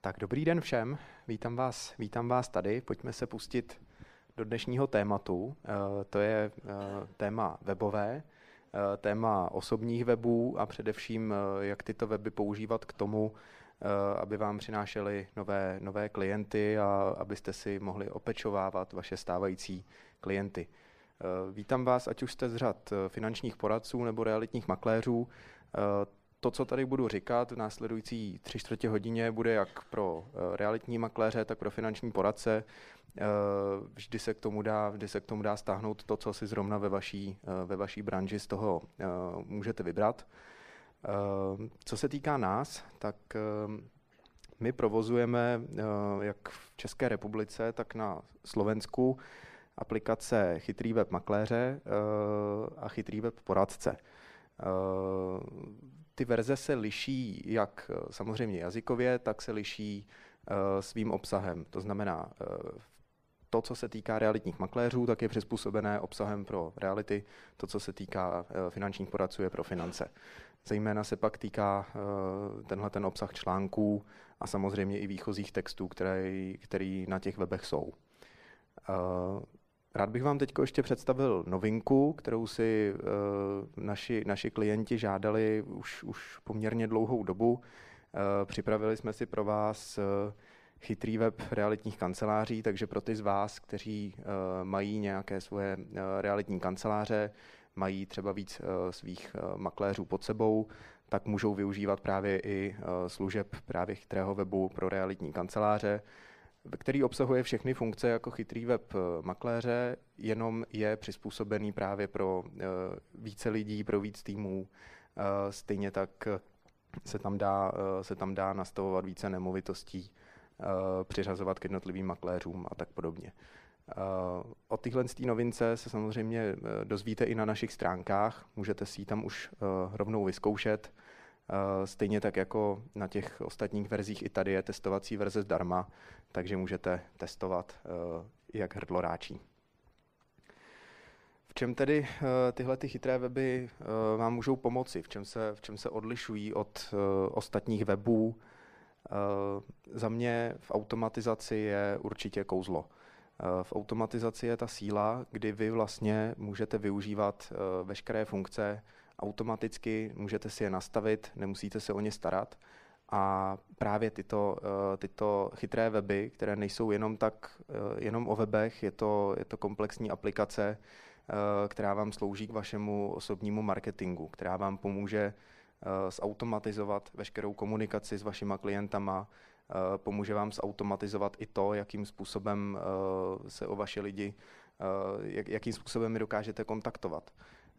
Tak dobrý den všem, vítám vás tady. Pojďme se pustit do dnešního tématu. To je téma webové, téma osobních webů a především, jak tyto weby používat k tomu, aby vám přinášely nové klienty a abyste si mohli opečovávat vaše stávající klienty. Vítám vás, ať už jste z řad finančních poradců nebo realitních makléřů. To, co tady budu říkat v následující 3/4 hodině, bude jak pro realitní makléře, tak pro finanční poradce. Vždy se k tomu dá stáhnout to, co si zrovna ve vaší branži z toho můžete vybrat. Co se týká nás, tak my provozujeme jak v České republice, tak na Slovensku aplikace Chytrý web makléře a Chytrý web poradce. Ty verze se liší jak samozřejmě jazykově, tak se liší svým obsahem. To znamená, to, co se týká realitních makléřů, tak je přizpůsobené obsahem pro reality, to, co se týká finančních poradců, je pro finance. Zejména se pak týká ten obsah článků a samozřejmě i výchozích textů, který na těch webech jsou. Rád bych vám teď ještě představil novinku, kterou si naši klienti žádali už poměrně dlouhou dobu. Připravili jsme si pro vás chytrý web realitních kanceláří, takže pro ty z vás, kteří mají nějaké svoje realitní kanceláře, mají třeba víc svých makléřů pod sebou, tak můžou využívat právě i služeb právě chytrého webu pro realitní kanceláře, který obsahuje všechny funkce jako chytrý web makléře, jenom je přizpůsobený právě pro více lidí, pro víc týmů. Stejně tak se tam dá nastavovat více nemovitostí, přiřazovat k jednotlivým makléřům a tak podobně. O téhle novince se samozřejmě dozvíte i na našich stránkách, můžete si ji tam už rovnou vyzkoušet. Stejně tak jako na těch ostatních verzích i tady je testovací verze zdarma, takže můžete testovat jak hrdloráčí. V čem tedy tyhle chytré weby vám můžou pomoci? V čem se odlišují od ostatních webů? Za mě v automatizaci je určitě kouzlo. V automatizaci je ta síla, kdy vy vlastně můžete využívat veškeré funkce automaticky, můžete si je nastavit, nemusíte se o ně starat. A právě tyto chytré weby, které nejsou jenom o webech, je to komplexní aplikace, která vám slouží k vašemu osobnímu marketingu, která vám pomůže zautomatizovat veškerou komunikaci s vašima klientama, pomůže vám zautomatizovat i to, jakým způsobem se o vaše lidi, jakým způsobem je dokážete kontaktovat.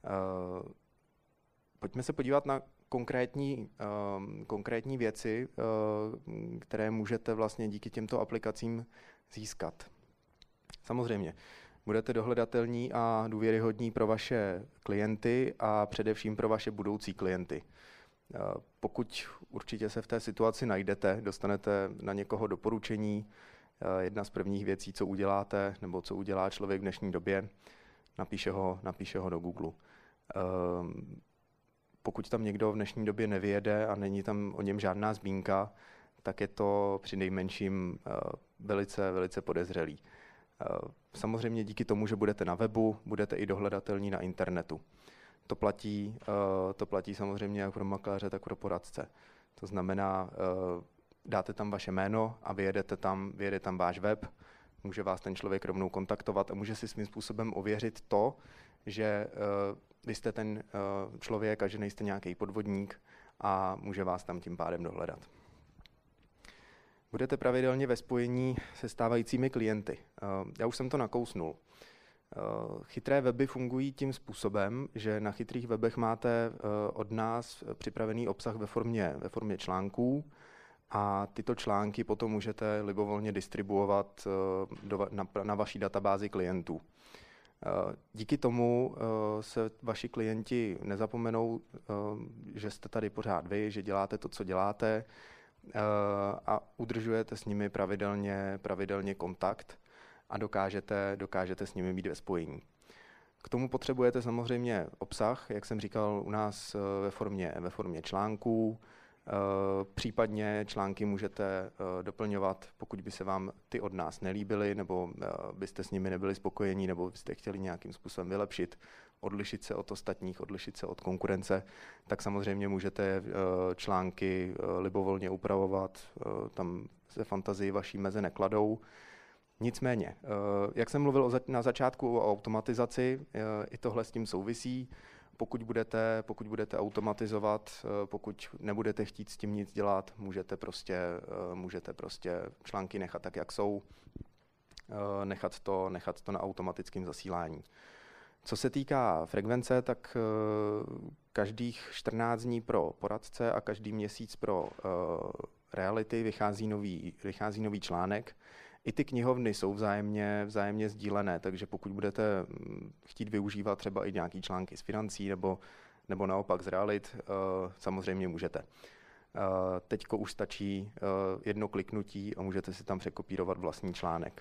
Pojďme se podívat na konkrétní věci, které můžete vlastně díky těmto aplikacím získat. Samozřejmě, budete dohledatelní a důvěryhodní pro vaše klienty a především pro vaše budoucí klienty. Pokud určitě se v té situaci najdete, dostanete na někoho doporučení, jedna z prvních věcí, co uděláte, nebo co udělá člověk v dnešní době, napíše ho do Google. Pokud tam někdo v dnešní době nevyjede a není tam o něm žádná zmínka, tak je to přinejmenším velice podezřelý. Samozřejmě díky tomu, že budete na webu, budete i dohledatelní na internetu. To platí samozřejmě jak pro makléře, tak pro poradce. To znamená, dáte tam vaše jméno a vyjede tam váš web, může vás ten člověk rovnou kontaktovat a může si svým způsobem ověřit to, že vy jste ten člověk a že nejste nějaký podvodník a může vás tam tím pádem dohledat. Budete pravidelně ve spojení se stávajícími klienty. Já už jsem to nakousnul. Chytré weby fungují tím způsobem, že na chytrých webech máte od nás připravený obsah ve formě článků a tyto články potom můžete libovolně distribuovat na vaší databázi klientů. Díky tomu se vaši klienti nezapomenou, že jste tady pořád vy, že děláte to, co děláte a udržujete s nimi pravidelně kontakt a dokážete s nimi být ve spojení. K tomu potřebujete samozřejmě obsah, jak jsem říkal, u nás ve formě článků, Případně články můžete doplňovat, pokud by se vám ty od nás nelíbily, nebo byste s nimi nebyli spokojení, nebo byste chtěli nějakým způsobem vylepšit, odlišit se od ostatních, odlišit se od konkurence, tak samozřejmě můžete články libovolně upravovat, tam se fantazii vaší meze nekladou. Nicméně, jak jsem mluvil na začátku o automatizaci, i tohle s tím souvisí. Pokud budete automatizovat, pokud nebudete chtít s tím nic dělat, můžete prostě články nechat tak, jak jsou, nechat to na automatickém zasílání. Co se týká frekvence, tak každých 14 dní pro poradce a každý měsíc pro reality vychází nový článek. I ty knihovny jsou vzájemně sdílené, takže pokud budete chtít využívat třeba i nějaký články z financí nebo naopak z realit, samozřejmě můžete. Teďko už stačí jedno kliknutí a můžete si tam překopírovat vlastní článek.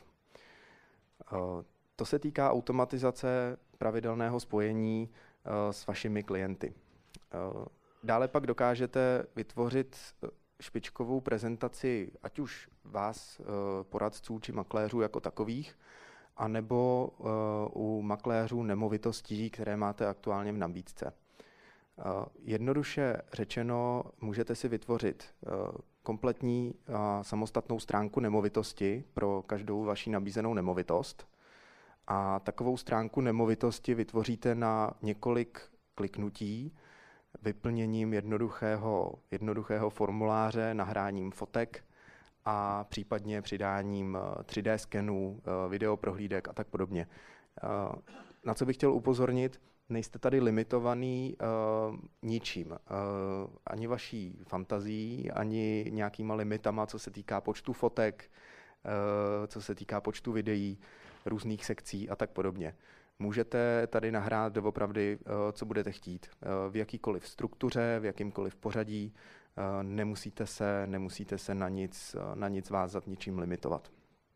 To se týká automatizace pravidelného spojení s vašimi klienty. Dále pak dokážete vytvořit špičkovou prezentaci ať už vás, poradců či makléřů jako takových, anebo u makléřů nemovitostí, které máte aktuálně v nabídce. Jednoduše řečeno, můžete si vytvořit kompletní samostatnou stránku nemovitosti pro každou vaši nabízenou nemovitost. A takovou stránku nemovitosti vytvoříte na několik kliknutí, vyplněním jednoduchého formuláře, nahráním fotek a případně přidáním 3D skenů, videoprohlídek a tak podobně. Na co bych chtěl upozornit, nejste tady limitovaný ničím. Ani vaší fantazí, ani nějakýma limitama, co se týká počtu fotek, co se týká počtu videí, různých sekcí a tak podobně. Můžete tady nahrát doopravdy, co budete chtít, v jakýkoliv struktuře, v jakýmkoliv pořadí, nemusíte se na nic vázat, ničím limitovat.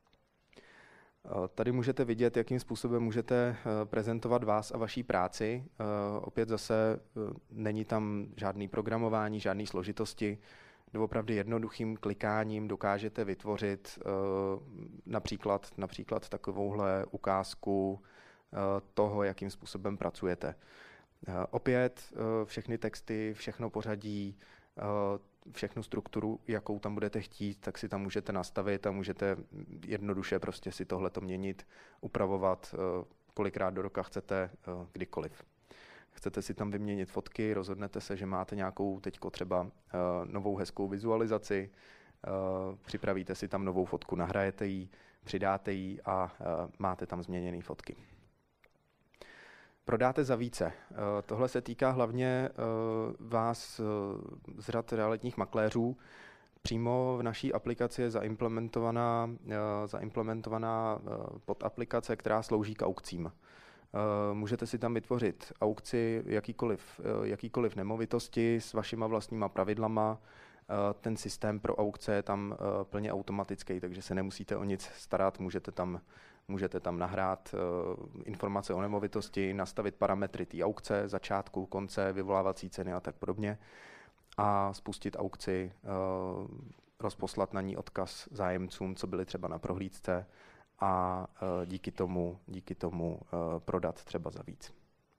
Tady můžete vidět, jakým způsobem můžete prezentovat vás a vaší práci. Opět zase není tam žádný programování, žádné složitosti. Doopravdy jednoduchým klikáním dokážete vytvořit například takovouhle ukázku toho, jakým způsobem pracujete. Opět všechny texty, všechno pořadí, všechnu strukturu, jakou tam budete chtít, tak si tam můžete nastavit a můžete jednoduše prostě si tohleto měnit, upravovat, kolikrát do roka chcete, kdykoliv. Chcete si tam vyměnit fotky, rozhodnete se, že máte nějakou teďko třeba novou hezkou vizualizaci, připravíte si tam novou fotku, nahrajete ji, přidáte ji a máte tam změněné fotky. Prodáte za více. Tohle se týká hlavně vás z řad realitních makléřů. Přímo v naší aplikaci je zaimplementovaná podaplikace, která slouží k aukcím. Můžete si tam vytvořit aukci jakýkoliv nemovitosti s vašima vlastníma pravidlama. Ten systém pro aukce je tam plně automatický, takže se nemusíte o nic starat, můžete tam nahrát informace o nemovitosti, nastavit parametry té aukce, začátku, konce, vyvolávací ceny a tak podobně a spustit aukci, rozposlat na ní odkaz zájemcům, co byli třeba na prohlídce a díky tomu prodat třeba za víc.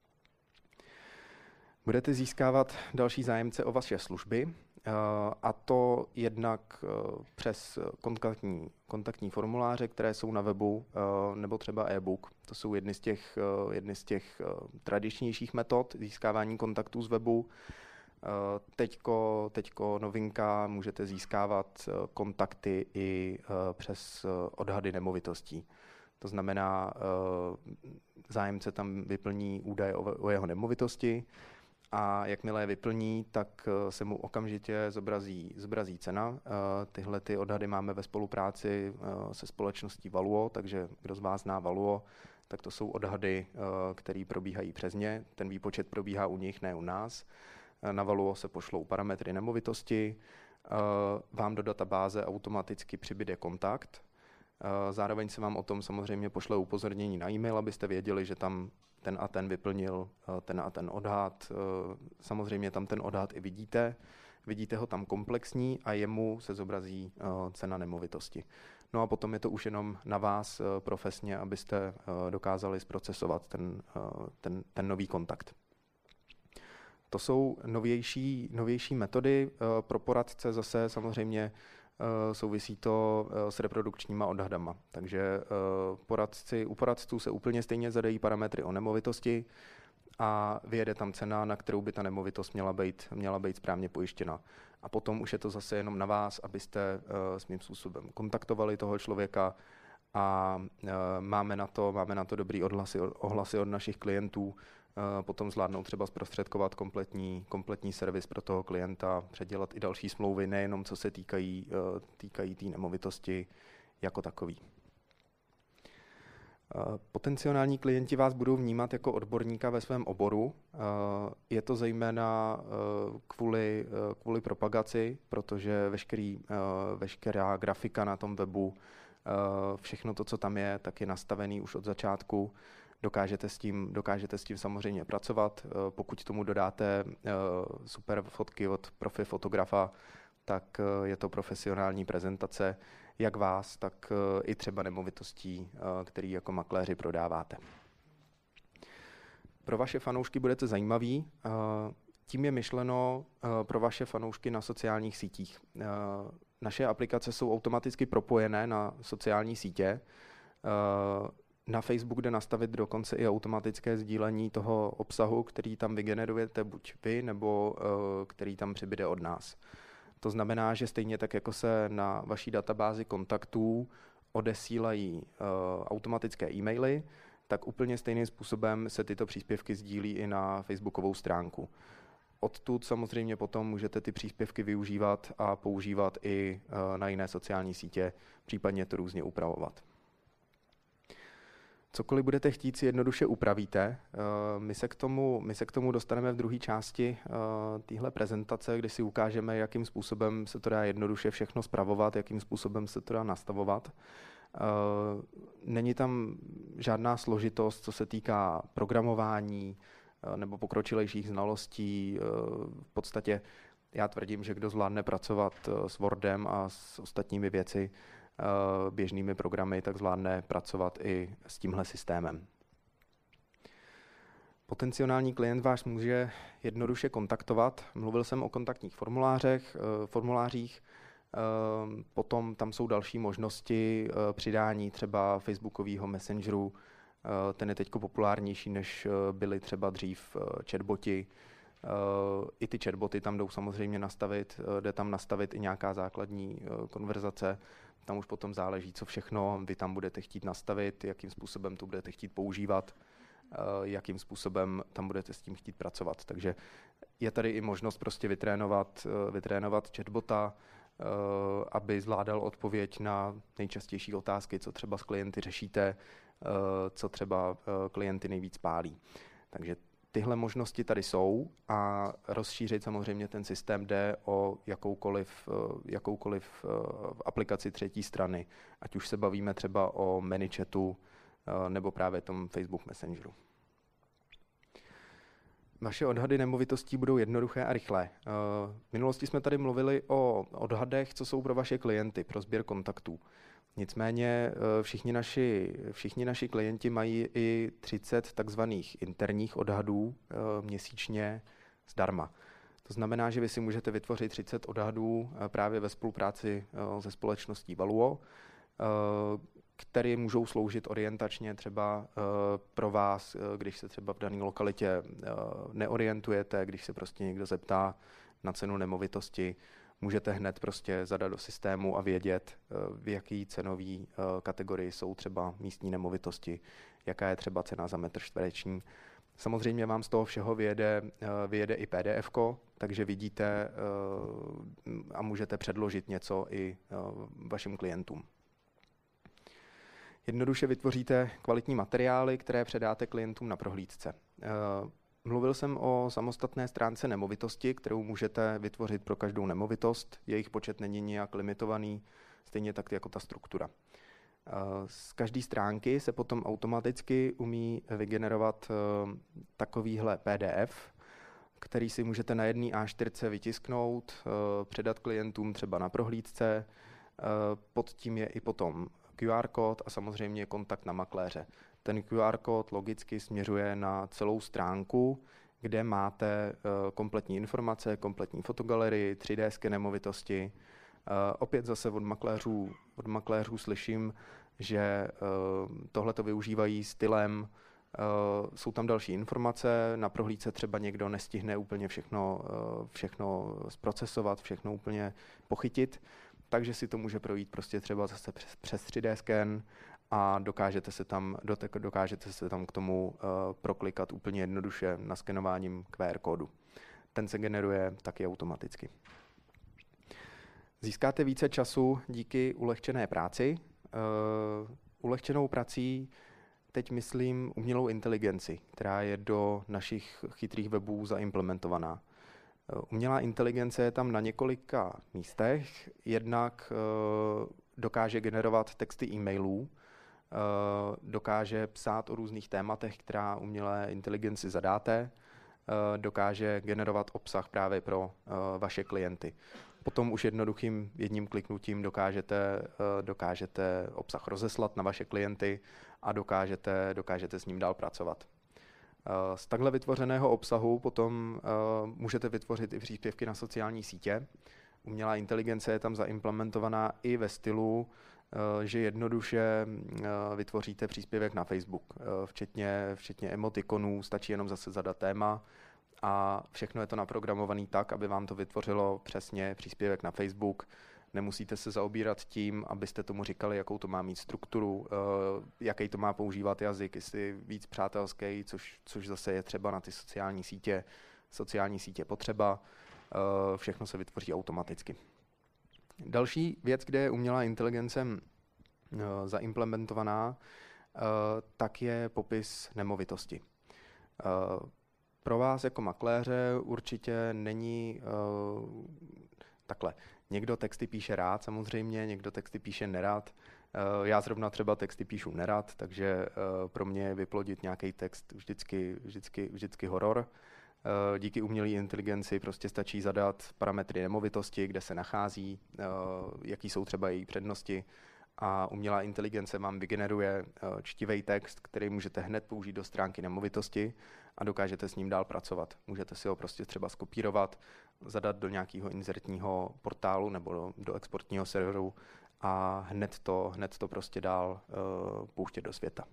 Budete získávat další zájemce o vaše služby, a to jednak přes kontaktní formuláře, které jsou na webu, nebo třeba e-book. To jsou jedny z těch tradičnějších metod získávání kontaktů z webu. Teďko novinka, můžete získávat kontakty i přes odhady nemovitostí. To znamená, zájemce tam vyplní údaje o jeho nemovitosti, a jakmile je vyplní, tak se mu okamžitě zobrazí cena. Tyhle ty odhady máme ve spolupráci se společností Valuo, takže kdo z vás zná Valuo, tak to jsou odhady, které probíhají přes ně. Ten výpočet probíhá u nich, ne u nás. Na Valuo se pošlou parametry nemovitosti, vám do databáze automaticky přibyde kontakt. Zároveň se vám o tom samozřejmě pošle upozornění na e-mail, abyste věděli, že tam ten a ten vyplnil ten a ten odhad. Samozřejmě tam ten odhad i vidíte. vidíte ho tam komplexní a jemu se zobrazí cena nemovitosti. No a potom je to už jenom na vás profesně, abyste dokázali zprocesovat ten nový kontakt. To jsou novější metody. Pro poradce zase samozřejmě souvisí to s reprodukčníma odhadama. Takže u poradců se úplně stejně zadají parametry o nemovitosti a vyjede tam cena, na kterou by ta nemovitost měla být správně pojištěna. A potom už je to zase jenom na vás, abyste svým způsobem kontaktovali toho člověka a máme na to dobrý ohlasy od našich klientů, potom zvládnout třeba zprostředkovat kompletní servis pro toho klienta, předělat i další smlouvy, nejenom co se týkají té nemovitosti jako takový. Potenciální klienti vás budou vnímat jako odborníka ve svém oboru. Je to zejména kvůli propagaci, protože veškerá grafika na tom webu, všechno to, co tam je, tak je nastavený už od začátku. Dokážete s tím samozřejmě pracovat. Pokud tomu dodáte super fotky od profi fotografa, tak je to profesionální prezentace jak vás, tak i třeba nemovitostí, který jako makléři prodáváte. Pro vaše fanoušky budete zajímaví. Tím je myšleno pro vaše fanoušky na sociálních sítích. Naše aplikace jsou automaticky propojené na sociální sítě. Na Facebook jde nastavit dokonce i automatické sdílení toho obsahu, který tam vygenerujete buď vy, nebo který tam přibyde od nás. To znamená, že stejně tak, jako se na vaší databázi kontaktů odesílají automatické e-maily, tak úplně stejným způsobem se tyto příspěvky sdílí i na facebookovou stránku. Odtud samozřejmě potom můžete ty příspěvky využívat a používat i na jiné sociální sítě, případně to různě upravovat. Cokoliv budete chtít, si jednoduše upravíte. My se k tomu dostaneme v druhé části téhle prezentace, kdy si ukážeme, jakým způsobem se to dá jednoduše všechno spravovat, jakým způsobem se to dá nastavovat. Není tam žádná složitost, co se týká programování nebo pokročilejších znalostí. V podstatě já tvrdím, že kdo zvládne pracovat s Wordem a s ostatními věci, běžnými programy, tak zvládne pracovat i s tímhle systémem. Potenciální klient vás může jednoduše kontaktovat. Mluvil jsem o kontaktních formulářích, potom tam jsou další možnosti přidání třeba facebookového messengeru. Ten je teď populárnější, než byly třeba dřív chatboti. I ty chatboty tam jdou samozřejmě jde tam nastavit i nějaká základní konverzace. Tam už potom záleží, co všechno vy tam budete chtít nastavit, jakým způsobem to budete chtít používat, jakým způsobem tam budete s tím chtít pracovat. Takže je tady i možnost prostě vytrénovat chatbota, aby zvládal odpověď na nejčastější otázky, co třeba s klienty řešíte, co třeba klienty nejvíc pálí. Takže tyhle možnosti tady jsou a rozšířit samozřejmě ten systém jde o jakoukoliv aplikaci třetí strany, ať už se bavíme třeba o ManyChatu nebo právě tom Facebook Messengeru. Vaše odhady nemovitostí budou jednoduché a rychlé. V minulosti jsme tady mluvili o odhadech, co jsou pro vaše klienty, pro sběr kontaktů. Nicméně všichni naši klienti mají i 30 takzvaných interních odhadů měsíčně zdarma. To znamená, že vy si můžete vytvořit 30 odhadů právě ve spolupráci se společností Valuo, které můžou sloužit orientačně třeba pro vás, když se třeba v dané lokalitě neorientujete, když se prostě někdo zeptá na cenu nemovitosti, můžete hned prostě zadat do systému a vědět, v jaký cenový kategorii jsou třeba místní nemovitosti, jaká je třeba cena za metr čtvereční. Samozřejmě vám z toho všeho vyjede i PDF-ko, takže vidíte a můžete předložit něco i vašim klientům. Jednoduše vytvoříte kvalitní materiály, které předáte klientům na prohlídce. Mluvil jsem o samostatné stránce nemovitosti, kterou můžete vytvořit pro každou nemovitost. Jejich počet není nijak limitovaný, stejně tak jako ta struktura. Z každé stránky se potom automaticky umí vygenerovat takovýhle PDF. který si můžete na jedné A4 vytisknout, předat klientům třeba na prohlídce. Pod tím je i potom QR kód a samozřejmě kontakt na makléře. Ten QR kód logicky směřuje na celou stránku, kde máte kompletní informace, kompletní fotogalerii, 3D sken nemovitosti. Opět zase od makléřů slyším, že tohle to využívají stylem, jsou tam další informace, na prohlídce třeba někdo nestihne úplně všechno zprocesovat, všechno úplně pochytit, takže si to může projít prostě třeba zase přes 3D sken a dokážete se tam k tomu proklikat úplně jednoduše naskenováním QR kódu. Ten se generuje taky automaticky. Získáte více času díky ulehčené práci. Ulehčenou prací teď myslím umělou inteligenci, která je do našich chytrých webů zaimplementovaná. Umělá inteligence je tam na několika místech, jednak dokáže generovat texty e-mailů, dokáže psát o různých tématech, která umělé inteligenci zadáte, dokáže generovat obsah právě pro vaše klienty. Potom už jednoduchým jedním kliknutím dokážete obsah rozeslat na vaše klienty a dokážete s ním dál pracovat. Z takhle vytvořeného obsahu potom můžete vytvořit i příspěvky na sociální sítě. Umělá inteligence je tam zaimplementovaná i ve stylu, že jednoduše vytvoříte příspěvek na Facebook, včetně emotikonů, stačí jenom zase zadat téma a všechno je to naprogramované tak, aby vám to vytvořilo přesně příspěvek na Facebook. Nemusíte se zaobírat tím, abyste tomu říkali, jakou to má mít strukturu, jaký to má používat jazyk, jestli víc přátelský, což zase je třeba na ty sociální sítě potřeba. Všechno se vytvoří automaticky. Další věc, kde je umělá inteligence zaimplementovaná, tak je popis nemovitosti. Pro vás jako makléře určitě není takhle. Někdo texty píše rád samozřejmě, někdo texty píše nerad. Já zrovna třeba texty píšu nerad, takže pro mě je vyplodit nějaký text vždycky horor. Díky umělé inteligenci prostě stačí zadat parametry nemovitosti, kde se nachází, jaký jsou třeba její přednosti a umělá inteligence vám vygeneruje čtivý text, který můžete hned použít do stránky nemovitosti a dokážete s ním dál pracovat. Můžete si ho prostě třeba skopírovat, zadat do nějakého inzertního portálu nebo do exportního serveru a hned to prostě dál pouštět do světa.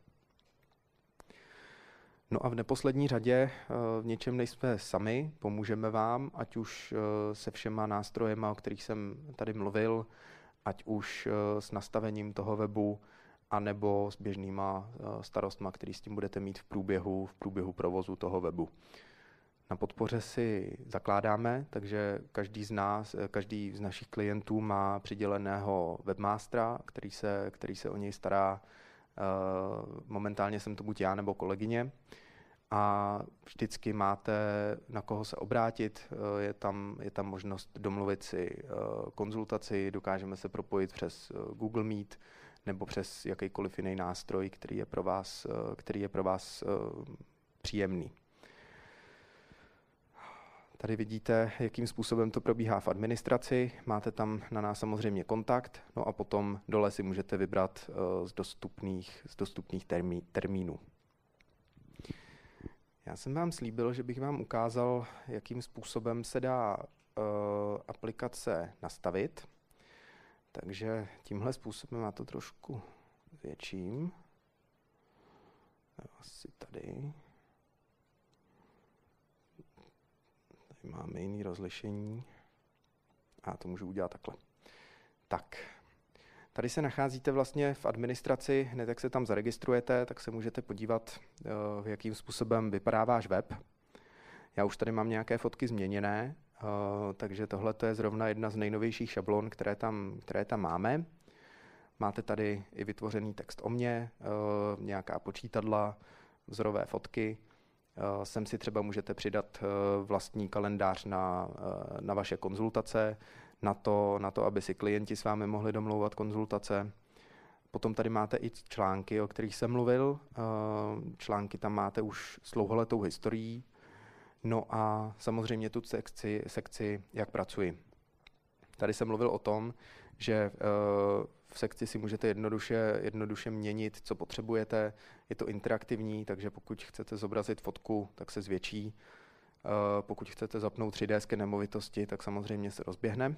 No a v neposlední řadě v něčem nejsme sami, pomůžeme vám, ať už se všema nástrojema, o kterých jsem tady mluvil, ať už s nastavením toho webu, anebo s běžnýma starostma, který s tím budete mít v průběhu provozu toho webu. Na podpoře si zakládáme, takže každý z našich klientů má přiděleného webmastera, který se o něj stará. Momentálně jsem to buď já nebo kolegyně a vždycky máte na koho se obrátit, je tam možnost domluvit si konzultaci, dokážeme se propojit přes Google Meet nebo přes jakýkoliv jiný nástroj, který je pro vás příjemný. Tady vidíte, jakým způsobem to probíhá v administraci. Máte tam na nás samozřejmě kontakt, no a potom dole si můžete vybrat z dostupných termínů. Já jsem vám slíbil, že bych vám ukázal, jakým způsobem se dá aplikace nastavit. Takže tímhle způsobem já to trošku zvětším. Asi tady. Tady máme jiné rozlišení. A to můžu udělat takhle. Tak, tady se nacházíte vlastně v administraci, hned jak se tam zaregistrujete, tak se můžete podívat, jakým způsobem vypadá váš web. Já už tady mám nějaké fotky změněné, takže tohle je zrovna jedna z nejnovějších šablon, které tam máme. Máte tady i vytvořený text o mně, nějaká počítadla, vzorové fotky. Sem si třeba můžete přidat vlastní kalendář na vaše konzultace, na to, aby si klienti s vámi mohli domlouvat konzultace. Potom tady máte i články, o kterých jsem mluvil. Články tam máte už s dlouholetou historií. No a samozřejmě tu sekci jak pracuji. Tady jsem mluvil o tom, že v sekci si můžete jednoduše měnit, co potřebujete. Je to interaktivní, takže pokud chcete zobrazit fotku, tak se zvětší. Pokud chcete zapnout 3D sken nemovitosti, tak samozřejmě se rozběhne.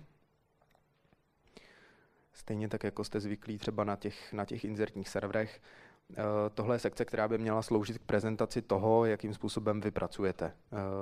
Stejně tak, jako jste zvyklí třeba na těch inzertních serverech. Tohle je sekce, která by měla sloužit k prezentaci toho, jakým způsobem vy pracujete.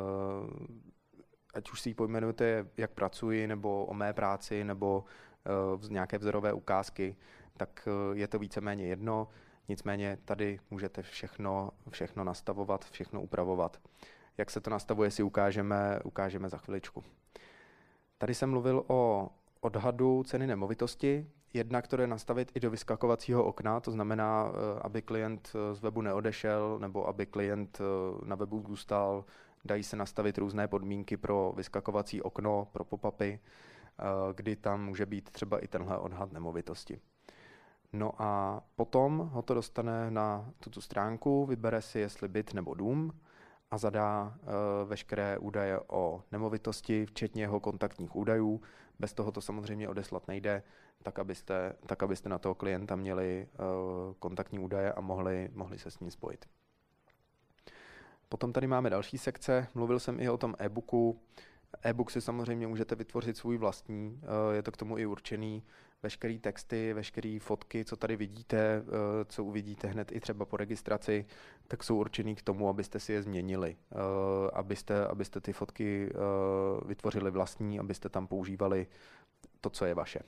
Ať už si ji pojmenujete, jak pracuji, nebo o mé práci, nebo nějaké vzorové ukázky, tak je to víceméně jedno. Nicméně tady můžete všechno nastavovat, všechno upravovat. Jak se to nastavuje, si ukážeme za chviličku. Tady jsem mluvil o odhadu ceny nemovitosti. Jednak to jde nastavit i do vyskakovacího okna, to znamená, aby klient z webu neodešel, nebo aby klient na webu zůstal. Dají se nastavit různé podmínky pro vyskakovací okno, pro pop-upy, kdy tam může být třeba i tenhle odhad nemovitosti. No a potom ho to dostane na tuto stránku, vybere si, jestli byt nebo dům a zadá veškeré údaje o nemovitosti, včetně jeho kontaktních údajů. Bez toho to samozřejmě odeslat nejde, tak abyste na toho klienta měli kontaktní údaje a mohli se s ním spojit. Potom tady máme další sekce, mluvil jsem i o tom e-booku. E-book si samozřejmě můžete vytvořit svůj vlastní, je to k tomu i určený. Veškeré texty, veškeré fotky, co tady vidíte, co uvidíte hned i třeba po registraci, tak jsou určený k tomu, abyste si je změnili, abyste ty fotky vytvořili vlastní, abyste tam používali to, co je vaše.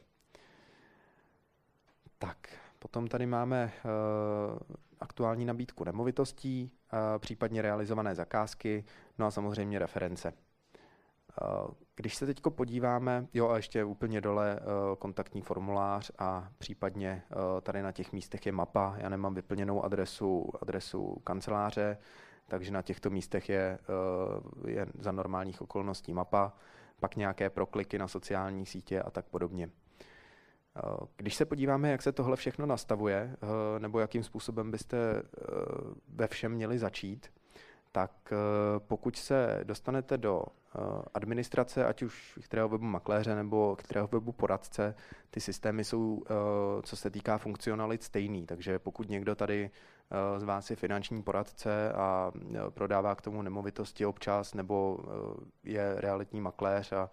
Tak, potom tady máme aktuální nabídku nemovitostí, případně realizované zakázky, no a samozřejmě reference. Když se teď podíváme, a ještě úplně dole kontaktní formulář a případně tady na těch místech je mapa. Já nemám vyplněnou adresu kanceláře, takže na těchto místech je za normálních okolností mapa, pak nějaké prokliky na sociální sítě a tak podobně. Když se podíváme, jak se tohle všechno nastavuje, nebo jakým způsobem byste ve všem měli začít, tak pokud se dostanete do administrace, ať už kterého webu makléře nebo kterého webu poradce, ty systémy jsou, co se týká funkcionalit, stejný. Takže pokud někdo tady z vás je finanční poradce a prodává k tomu nemovitosti občas, nebo je realitní makléř a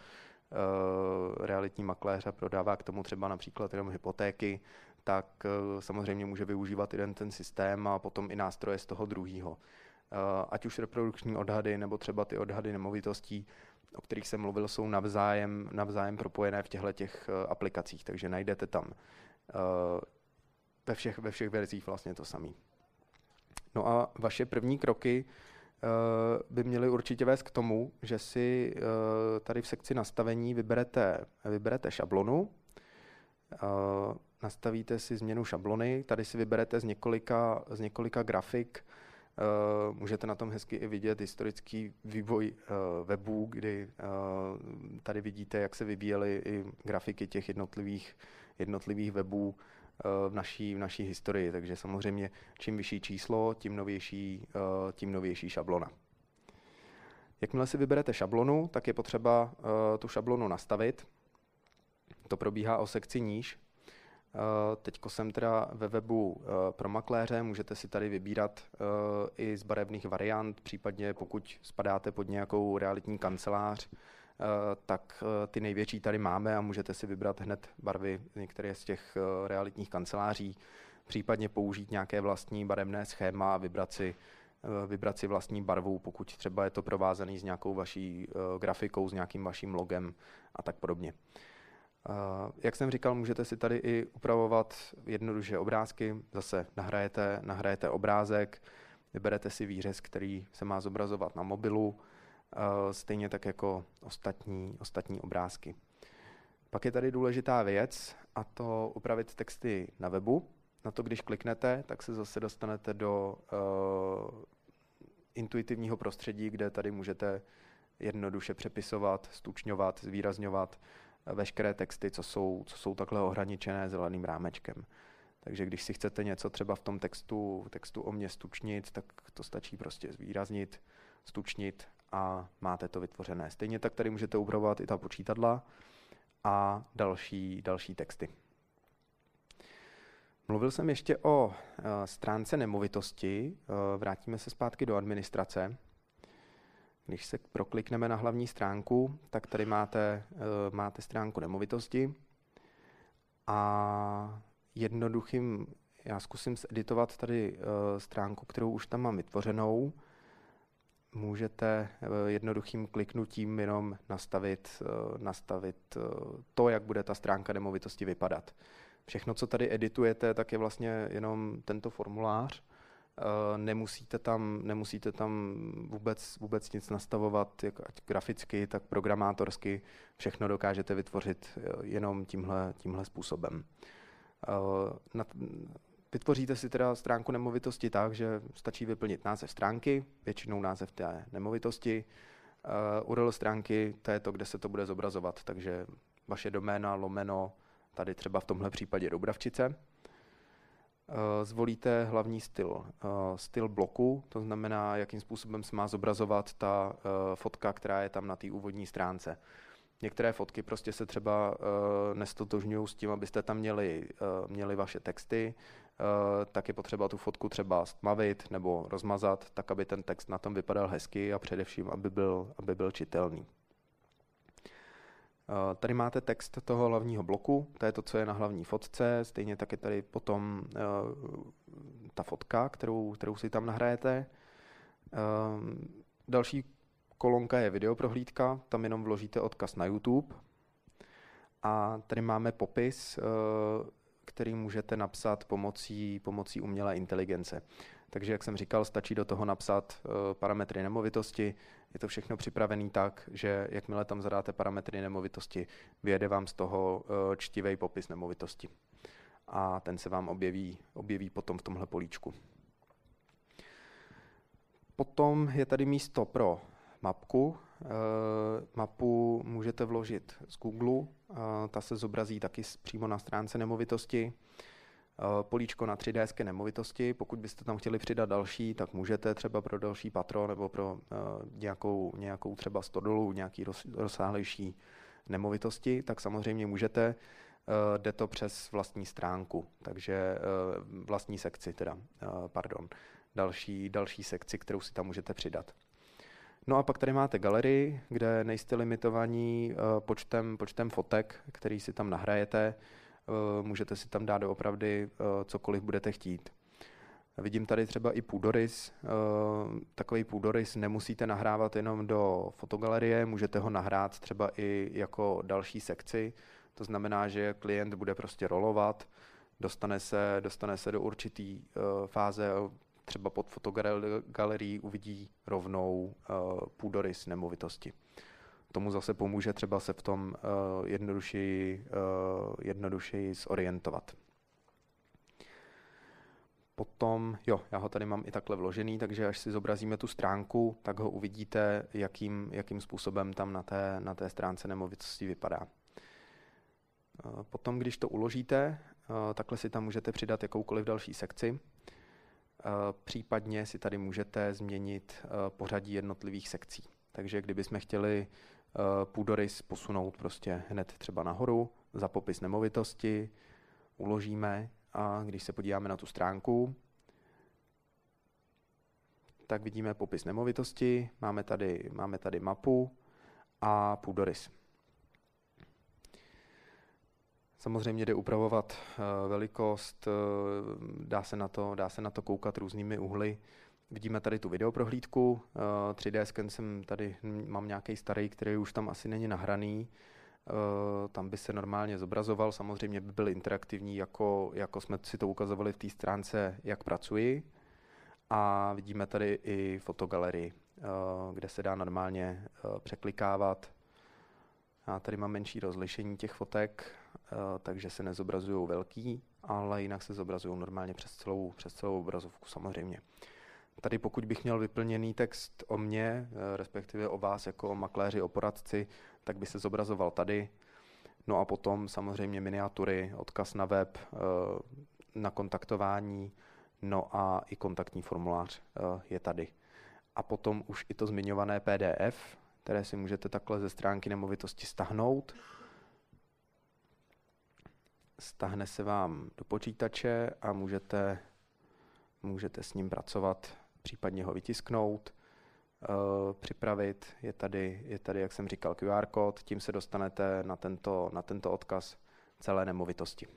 prodává k tomu třeba například jenom hypotéky, tak samozřejmě může využívat jeden ten systém a potom i nástroje z toho druhého. Ať už reprodukční odhady, nebo třeba ty odhady nemovitostí, o kterých jsem mluvil, jsou navzájem propojené v těchto aplikacích, takže najdete tam ve všech verzích vlastně to samé. No a vaše první kroky by měly určitě vést k tomu, že si tady v sekci nastavení vyberete šablonu, nastavíte si změnu šablony, tady si vyberete z několika grafik. Můžete na tom hezky i vidět historický vývoj webů, kdy tady vidíte, jak se vyvíjely i grafiky těch jednotlivých webů v naší historii. Takže samozřejmě čím vyšší číslo, tím novější šablona. Jakmile si vyberete šablonu, tak je potřeba tu šablonu nastavit. To probíhá o sekci níž. Teďko jsem teda ve webu pro makléře, můžete si tady vybírat i z barevných variant, případně pokud spadáte pod nějakou realitní kancelář, tak ty největší tady máme a můžete si vybrat hned barvy některé z těch realitních kanceláří, případně použít nějaké vlastní barevné schéma a vybrat si vlastní barvu, pokud třeba je to provázaný s nějakou vaší grafikou, s nějakým vaším logem a tak podobně. Jak jsem říkal, můžete si tady i upravovat jednoduše obrázky, zase nahrajete obrázek, vyberete si výřez, který se má zobrazovat na mobilu, stejně tak jako ostatní obrázky. Pak je tady důležitá věc, a to upravit texty na webu. Na to, když kliknete, tak se zase dostanete do intuitivního prostředí, kde tady můžete jednoduše přepisovat, stučňovat, zvýrazňovat veškeré texty, co jsou takhle ohraničené zeleným rámečkem. Takže když si chcete něco třeba v tom textu o mě stučnit, tak to stačí prostě zvýraznit, stučnit a máte to vytvořené. Stejně tak tady můžete upravovat i ta počítadla a další texty. Mluvil jsem ještě o stránce nemovitosti. Vrátíme se zpátky do administrace. Když se proklikneme na hlavní stránku, tak tady máte stránku nemovitosti a já zkusím editovat tady stránku, kterou už tam mám vytvořenou. Můžete jednoduchým kliknutím jenom nastavit to, jak bude ta stránka nemovitosti vypadat. Všechno, co tady editujete, tak je vlastně jenom tento formulář. Nemusíte tam vůbec nic nastavovat, ať graficky, tak programátorsky. Všechno dokážete vytvořit jenom tímhle způsobem. Vytvoříte si teda stránku nemovitosti tak, že stačí vyplnit název stránky, většinou název té nemovitosti. URL stránky, to je to, kde se to bude zobrazovat, takže vaše doména lomeno, tady třeba v tomhle případě Doubravčice. Zvolíte hlavní styl bloku, to znamená, jakým způsobem se má zobrazovat ta fotka, která je tam na té úvodní stránce. Některé fotky prostě se třeba nestotožňují s tím, abyste tam měli vaše texty, tak je potřeba tu fotku třeba stmavit nebo rozmazat, tak aby ten text na tom vypadal hezky a především, aby byl čitelný. Tady máte text toho hlavního bloku, to je to, co je na hlavní fotce, stejně tak je tady potom ta fotka, kterou si tam nahrajete. Další kolonka je videoprohlídka, tam jenom vložíte odkaz na YouTube. A tady máme popis, který můžete napsat pomocí umělé inteligence. Takže, jak jsem říkal, stačí do toho napsat parametry nemovitosti. Je to všechno připravené tak, že jakmile tam zadáte parametry nemovitosti, vyjede vám z toho čtivý popis nemovitosti. A ten se vám objeví potom v tomhle políčku. Potom je tady místo pro mapku. Mapu můžete vložit z Google, ta se zobrazí taky přímo na stránce nemovitosti. Políčko na 3D nemovitosti, pokud byste tam chtěli přidat další, tak můžete třeba pro další patro nebo pro nějakou třeba stodolu, nějaký rozsáhlejší nemovitosti, tak samozřejmě můžete, jde to přes vlastní stránku, takže vlastní sekci další sekci, kterou si tam můžete přidat. No a pak tady máte galerii, kde nejste limitovaní počtem fotek, který si tam nahrajete. Můžete si tam dát doopravdy cokoliv budete chtít. Vidím tady třeba i půdorys. Takový půdorys nemusíte nahrávat jenom do fotogalerie, můžete ho nahrát třeba i jako další sekci. To znamená, že klient bude prostě rolovat, dostane se do určitý fáze, třeba pod fotogalerií uvidí rovnou půdorys nemovitosti. Tomu zase pomůže třeba se v tom jednodušeji zorientovat. Potom, já ho tady mám i takhle vložený, takže až si zobrazíme tu stránku, tak ho uvidíte, jakým způsobem tam na té stránce nemovitosti vypadá. Potom, když to uložíte, takhle si tam můžete přidat jakoukoliv další sekci. Případně si tady můžete změnit pořadí jednotlivých sekcí. Takže kdybychom chtěli půdorys posunout prostě hned třeba nahoru za popis nemovitosti, uložíme a když se podíváme na tu stránku, tak vidíme popis nemovitosti, máme tady mapu a půdorys. Samozřejmě jde upravovat velikost, dá se na to koukat různými úhly. Vidíme tady tu videoprohlídku, 3D sken mám nějaký starý, který už tam asi není nahraný. Tam by se normálně zobrazoval, samozřejmě by byl interaktivní, jako jsme si to ukazovali v té stránce, jak pracuji. A vidíme tady i fotogalerii, kde se dá normálně překlikávat. Já tady mám menší rozlišení těch fotek, takže se nezobrazují velký, ale jinak se zobrazují normálně přes celou obrazovku samozřejmě. Tady pokud bych měl vyplněný text o mně, respektive o vás jako o makléři, o poradci, tak by se zobrazoval tady. No a potom samozřejmě miniatury, odkaz na web, na kontaktování, no a i kontaktní formulář je tady. a potom už i to zmiňované PDF, které si můžete takhle ze stránky nemovitosti stáhnout. Stáhne se vám do počítače a můžete s ním pracovat, případně ho vytisknout, připravit. Je tady, jak jsem říkal, QR kód, tím se dostanete na tento odkaz celé nemovitosti.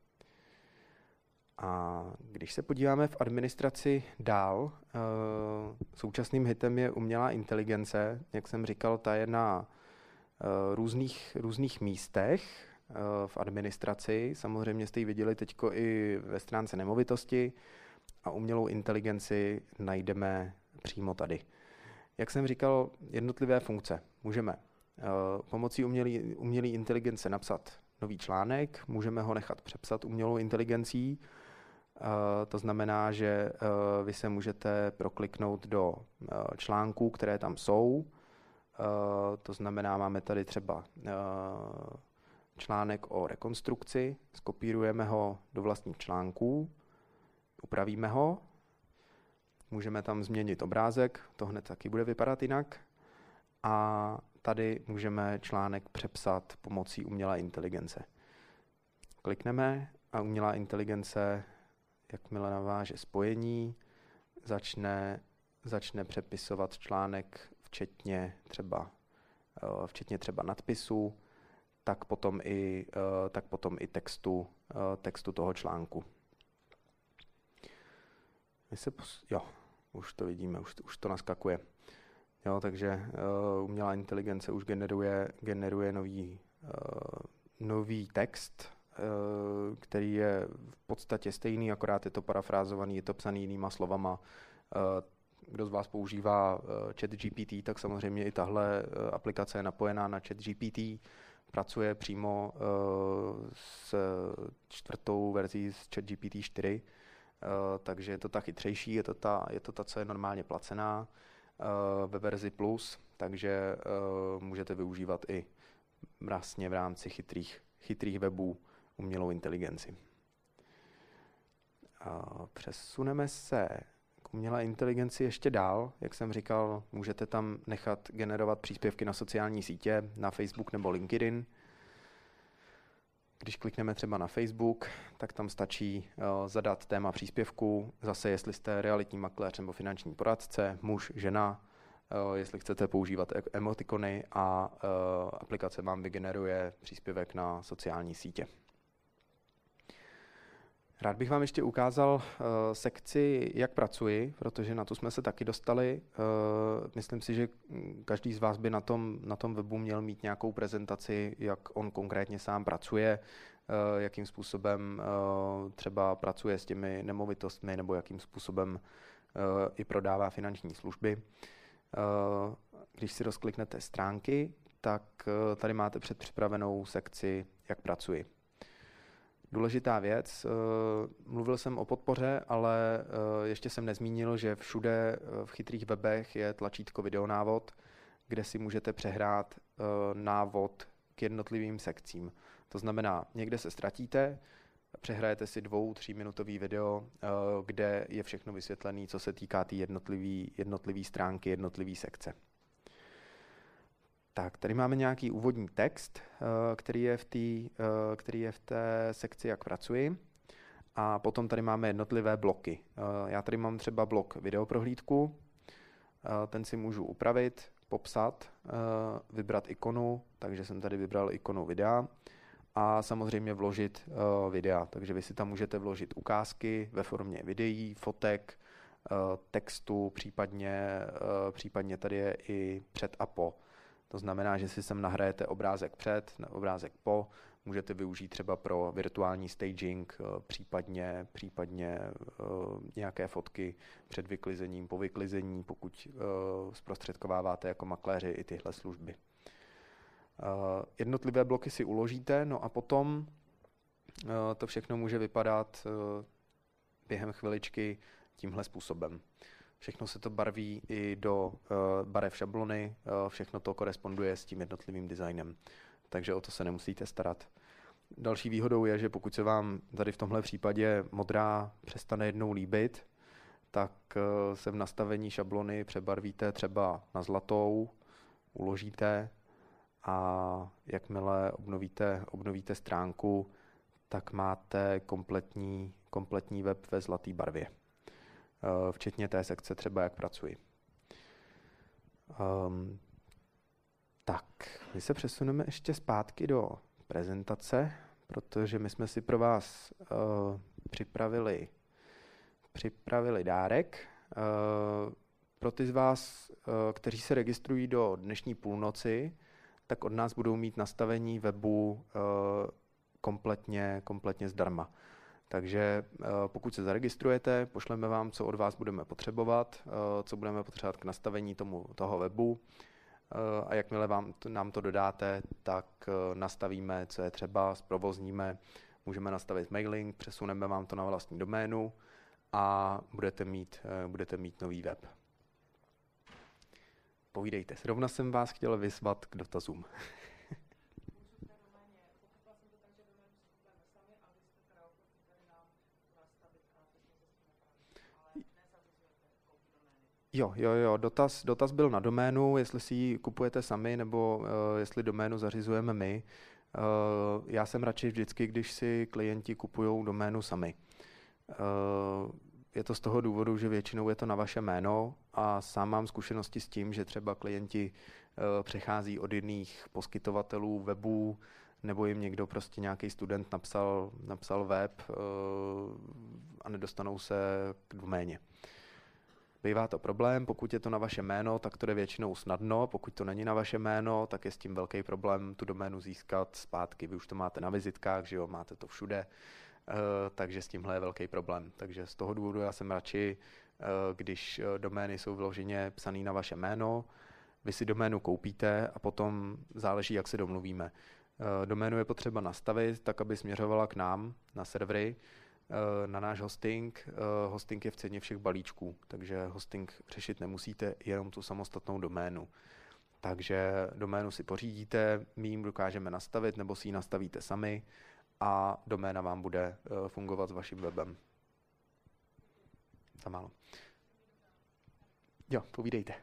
A když se podíváme v administraci dál, současným hitem je umělá inteligence. Jak jsem říkal, ta je na různých místech v administraci. Samozřejmě jste ji viděli teď i ve stránce nemovitosti a umělou inteligenci najdeme přímo tady. Jak jsem říkal, jednotlivé funkce. Můžeme pomocí umělé inteligence napsat nový článek, můžeme ho nechat přepsat umělou inteligencí. To znamená, že vy se můžete prokliknout do článků, které tam jsou. To znamená, máme tady třeba článek o rekonstrukci, skopírujeme ho do vlastních článků, upravíme ho, můžeme tam změnit obrázek, to hned taky bude vypadat jinak. A tady můžeme článek přepsat pomocí umělé inteligence. Klikneme a umělá inteligence, jakmile naváže spojení, začne přepisovat článek, včetně třeba nadpisu, tak potom i textu toho článku. Už to vidíme, už to naskakuje. Jo, takže umělá inteligence už generuje nový text, který je v podstatě stejný, akorát je to parafrázovaný, je to psaný jinýma slovama. Kdo z vás používá ChatGPT, tak samozřejmě i tahle aplikace je napojená na ChatGPT. Pracuje přímo s 4. verzí z ChatGPT 4, takže je to ta chytřejší, je to ta, co je normálně placená ve verzi Plus, takže můžete využívat i vlastně v rámci chytrých webů umělou inteligenci. Přesuneme se k umělé inteligenci ještě dál. Jak jsem říkal, můžete tam nechat generovat příspěvky na sociální sítě, na Facebook nebo LinkedIn. Když klikneme třeba na Facebook, tak tam stačí zadat téma příspěvku, zase jestli jste realitní makléř nebo finanční poradce, muž, žena, jestli chcete používat emotikony a aplikace vám vygeneruje příspěvek na sociální sítě. Rád bych vám ještě ukázal sekci, jak pracuji, protože na tu jsme se taky dostali. Myslím si, že každý z vás by na tom webu měl mít nějakou prezentaci, jak on konkrétně sám pracuje, jakým způsobem třeba pracuje s těmi nemovitostmi nebo jakým způsobem i prodává finanční služby. Když si rozkliknete stránky, tak tady máte předpřipravenou sekci, jak pracuji. Důležitá věc, mluvil jsem o podpoře, ale ještě jsem nezmínil, že všude v chytrých webech je tlačítko videonávod, kde si můžete přehrát návod k jednotlivým sekcím. To znamená, někde se ztratíte, přehrajete si 2-3 minutový video, kde je všechno vysvětlené, co se týká té jednotlivé stránky, jednotlivé sekce. Tak, tady máme nějaký úvodní text, který je v té sekci, jak pracuji. A potom tady máme jednotlivé bloky. Já tady mám třeba blok videoprohlídku, ten si můžu upravit, popsat, vybrat ikonu, takže jsem tady vybral ikonu videa a samozřejmě vložit videa. Takže vy si tam můžete vložit ukázky ve formě videí, fotek, textu, případně tady je i před a po. To znamená, že si sem nahrajete obrázek před, obrázek po, můžete využít třeba pro virtuální staging, případně nějaké fotky před vyklizením, po vyklizení, pokud zprostředkováváte jako makléři i tyhle služby. Jednotlivé bloky si uložíte, no a potom to všechno může vypadat během chviličky tímhle způsobem. Všechno se to barví i do barev šablony, všechno to koresponduje s tím jednotlivým designem, takže o to se nemusíte starat. Další výhodou je, že pokud se vám tady v tomhle případě modrá přestane jednou líbit, tak se v nastavení šablony přebarvíte třeba na zlatou, uložíte a jakmile obnovíte stránku, tak máte kompletní web ve zlaté barvě. Včetně té sekce třeba, jak pracuji. Tak, my se přesuneme ještě zpátky do prezentace, protože my jsme si pro vás připravili dárek. Pro ty z vás, kteří se registrují do dnešní půlnoci, tak od nás budou mít nastavení webu kompletně zdarma. Takže pokud se zaregistrujete, pošleme vám, co od vás budeme potřebovat, co budeme potřebovat k nastavení toho webu a jakmile nám to dodáte, tak nastavíme, co je třeba, zprovozníme, můžeme nastavit mailing, přesuneme vám to na vlastní doménu a budete mít nový web. Povídejte, zrovna jsem vás chtěl vyzvat k dotazům. Jo, dotaz byl na doménu, jestli si ji kupujete sami, nebo jestli doménu zařizujeme my. Já jsem radši vždycky, když si klienti kupují doménu sami. Je to z toho důvodu, že většinou je to na vaše jméno a sám mám zkušenosti s tím, že třeba klienti přechází od jiných poskytovatelů webů, nebo jim někdo prostě nějaký student napsal web a nedostanou se k doméně. Bývá to problém, pokud je to na vaše jméno, tak to jde většinou snadno, pokud to není na vaše jméno, tak je s tím velký problém tu doménu získat zpátky. Vy už to máte na vizitkách, že jo, máte to všude, takže s tímhle je velký problém. Takže z toho důvodu já jsem radši, když domény jsou vyloženě psaný na vaše jméno, vy si doménu koupíte a potom záleží, jak se domluvíme. Doménu je potřeba nastavit tak, aby směřovala k nám na servery, na náš hosting. Hosting je v ceně všech balíčků, takže hosting řešit nemusíte, jenom tu samostatnou doménu. Takže doménu si pořídíte, my jim dokážeme nastavit, nebo si ji nastavíte sami a doména vám bude fungovat s vaším webem. Za málo. Jo, povídejte.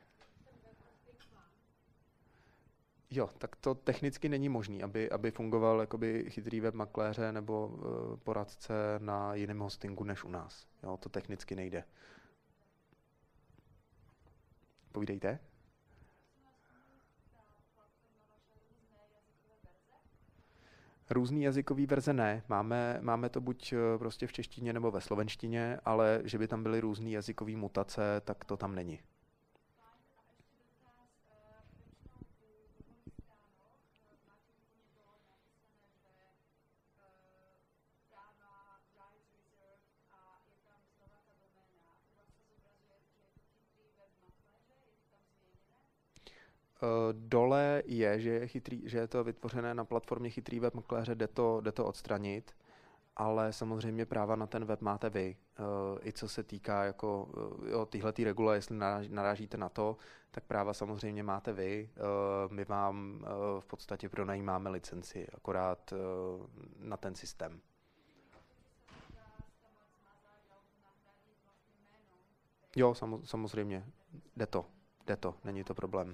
Jo, tak to technicky není možné, aby fungoval jakoby chytrý web makléře nebo poradce na jiném hostingu než u nás. Jo, to technicky nejde. Povídejte. Různý jazykový verze ne. Máme to buď prostě v češtině nebo ve slovenštině, ale že by tam byly různý jazykový mutace, tak to tam není. Dole je, že je to vytvořené na platformě Chytrý web makléře, jde to odstranit, ale samozřejmě práva na ten web máte vy. I co se týká jako tyhletý regule, jestli narážíte na to, tak práva samozřejmě máte vy. My vám v podstatě pronajímáme licenci, akorát na ten systém. Jo, samozřejmě, jde to, není to problém.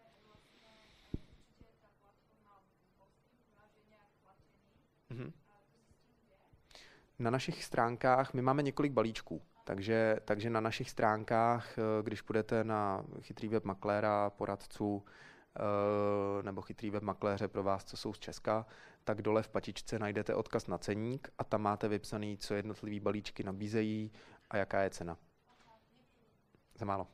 Na našich stránkách, my máme několik balíčků, takže na našich stránkách, když půjdete na Chytrý web makléra, poradců nebo Chytrý web makléře pro vás, co jsou z Česka, tak dole v patičce najdete odkaz na ceník a tam máte vypsaný, co jednotlivý balíčky nabízejí a jaká je cena. Za málo.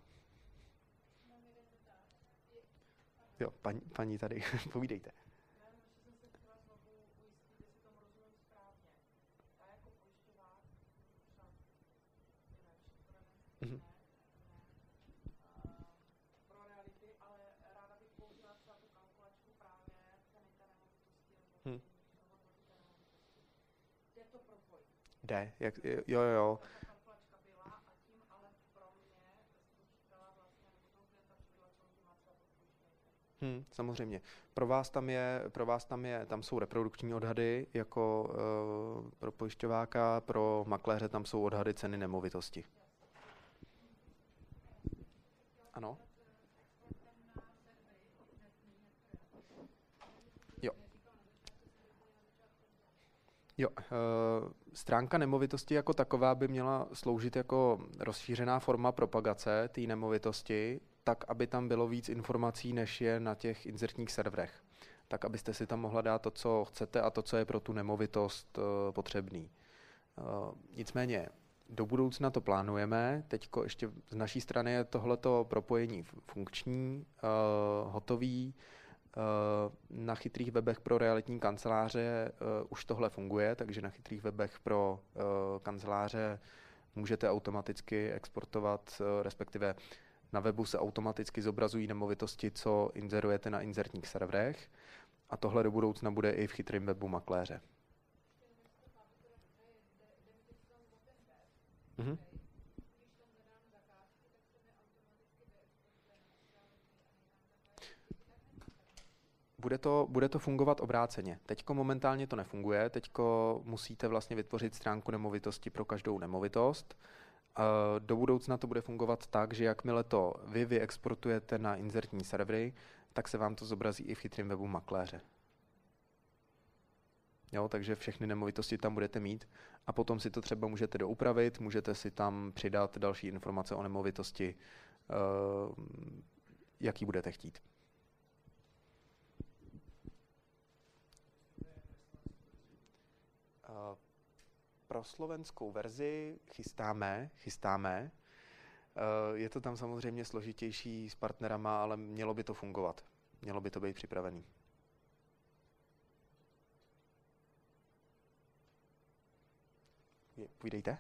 Jo, paní tady, povídejte. Jde, jo. Samozřejmě. Tam jsou reprodukční odhady, jako pro pojišťováka, pro makléře tam jsou odhady ceny nemovitosti. Ano. Jo. Jo, stránka nemovitosti jako taková by měla sloužit jako rozšířená forma propagace té nemovitosti, tak, aby tam bylo víc informací, než je na těch inzertních serverech. Tak, abyste si tam mohla dát to, co chcete a to, co je pro tu nemovitost potřebný. Nicméně do budoucna to plánujeme. Teď ještě z naší strany je tohleto propojení funkční, hotový. Na chytrých webech pro realitní kanceláře už tohle funguje, takže na chytrých webech pro kanceláře můžete automaticky exportovat, respektive na webu se automaticky zobrazují nemovitosti, co inzerujete na inzertních serverech, a tohle do budoucna bude i v chytrém webu makléře. Mhm. Bude to fungovat obráceně. Teďko momentálně to nefunguje, teďko musíte vlastně vytvořit stránku nemovitosti pro každou nemovitost. Do budoucna to bude fungovat tak, že jakmile to vy vyexportujete na inzertní servery, tak se vám to zobrazí i v chytrém webu makléře. Jo, takže všechny nemovitosti tam budete mít a potom si to třeba můžete doupravit, můžete si tam přidat další informace o nemovitosti, jaký budete chtít. Pro slovenskou verzi chystáme. Je to tam samozřejmě složitější s partnerama, ale mělo by to fungovat. Mělo by to být připravený. Půjdejte?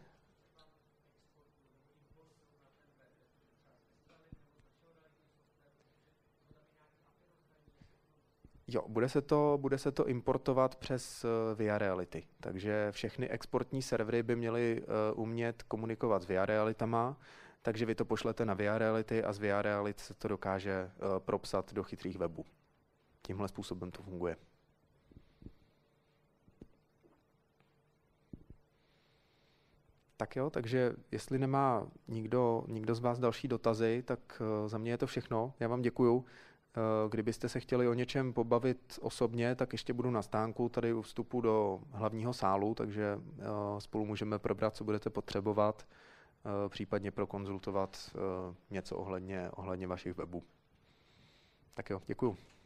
Jo, bude se to importovat přes VIA Reality, takže všechny exportní servery by měly umět komunikovat s VIA Realitama, takže vy to pošlete na VIA Reality a z VIA Reality se to dokáže propsat do chytrých webů. Tímhle způsobem to funguje. Tak jo, takže jestli nemá nikdo z vás další dotazy, tak za mě je to všechno. Já vám děkuju. Kdybyste se chtěli o něčem pobavit osobně, tak ještě budu na stánku tady u vstupu do hlavního sálu, takže spolu můžeme probrat, co budete potřebovat, případně prokonzultovat něco ohledně vašich webů. Tak jo, děkuju.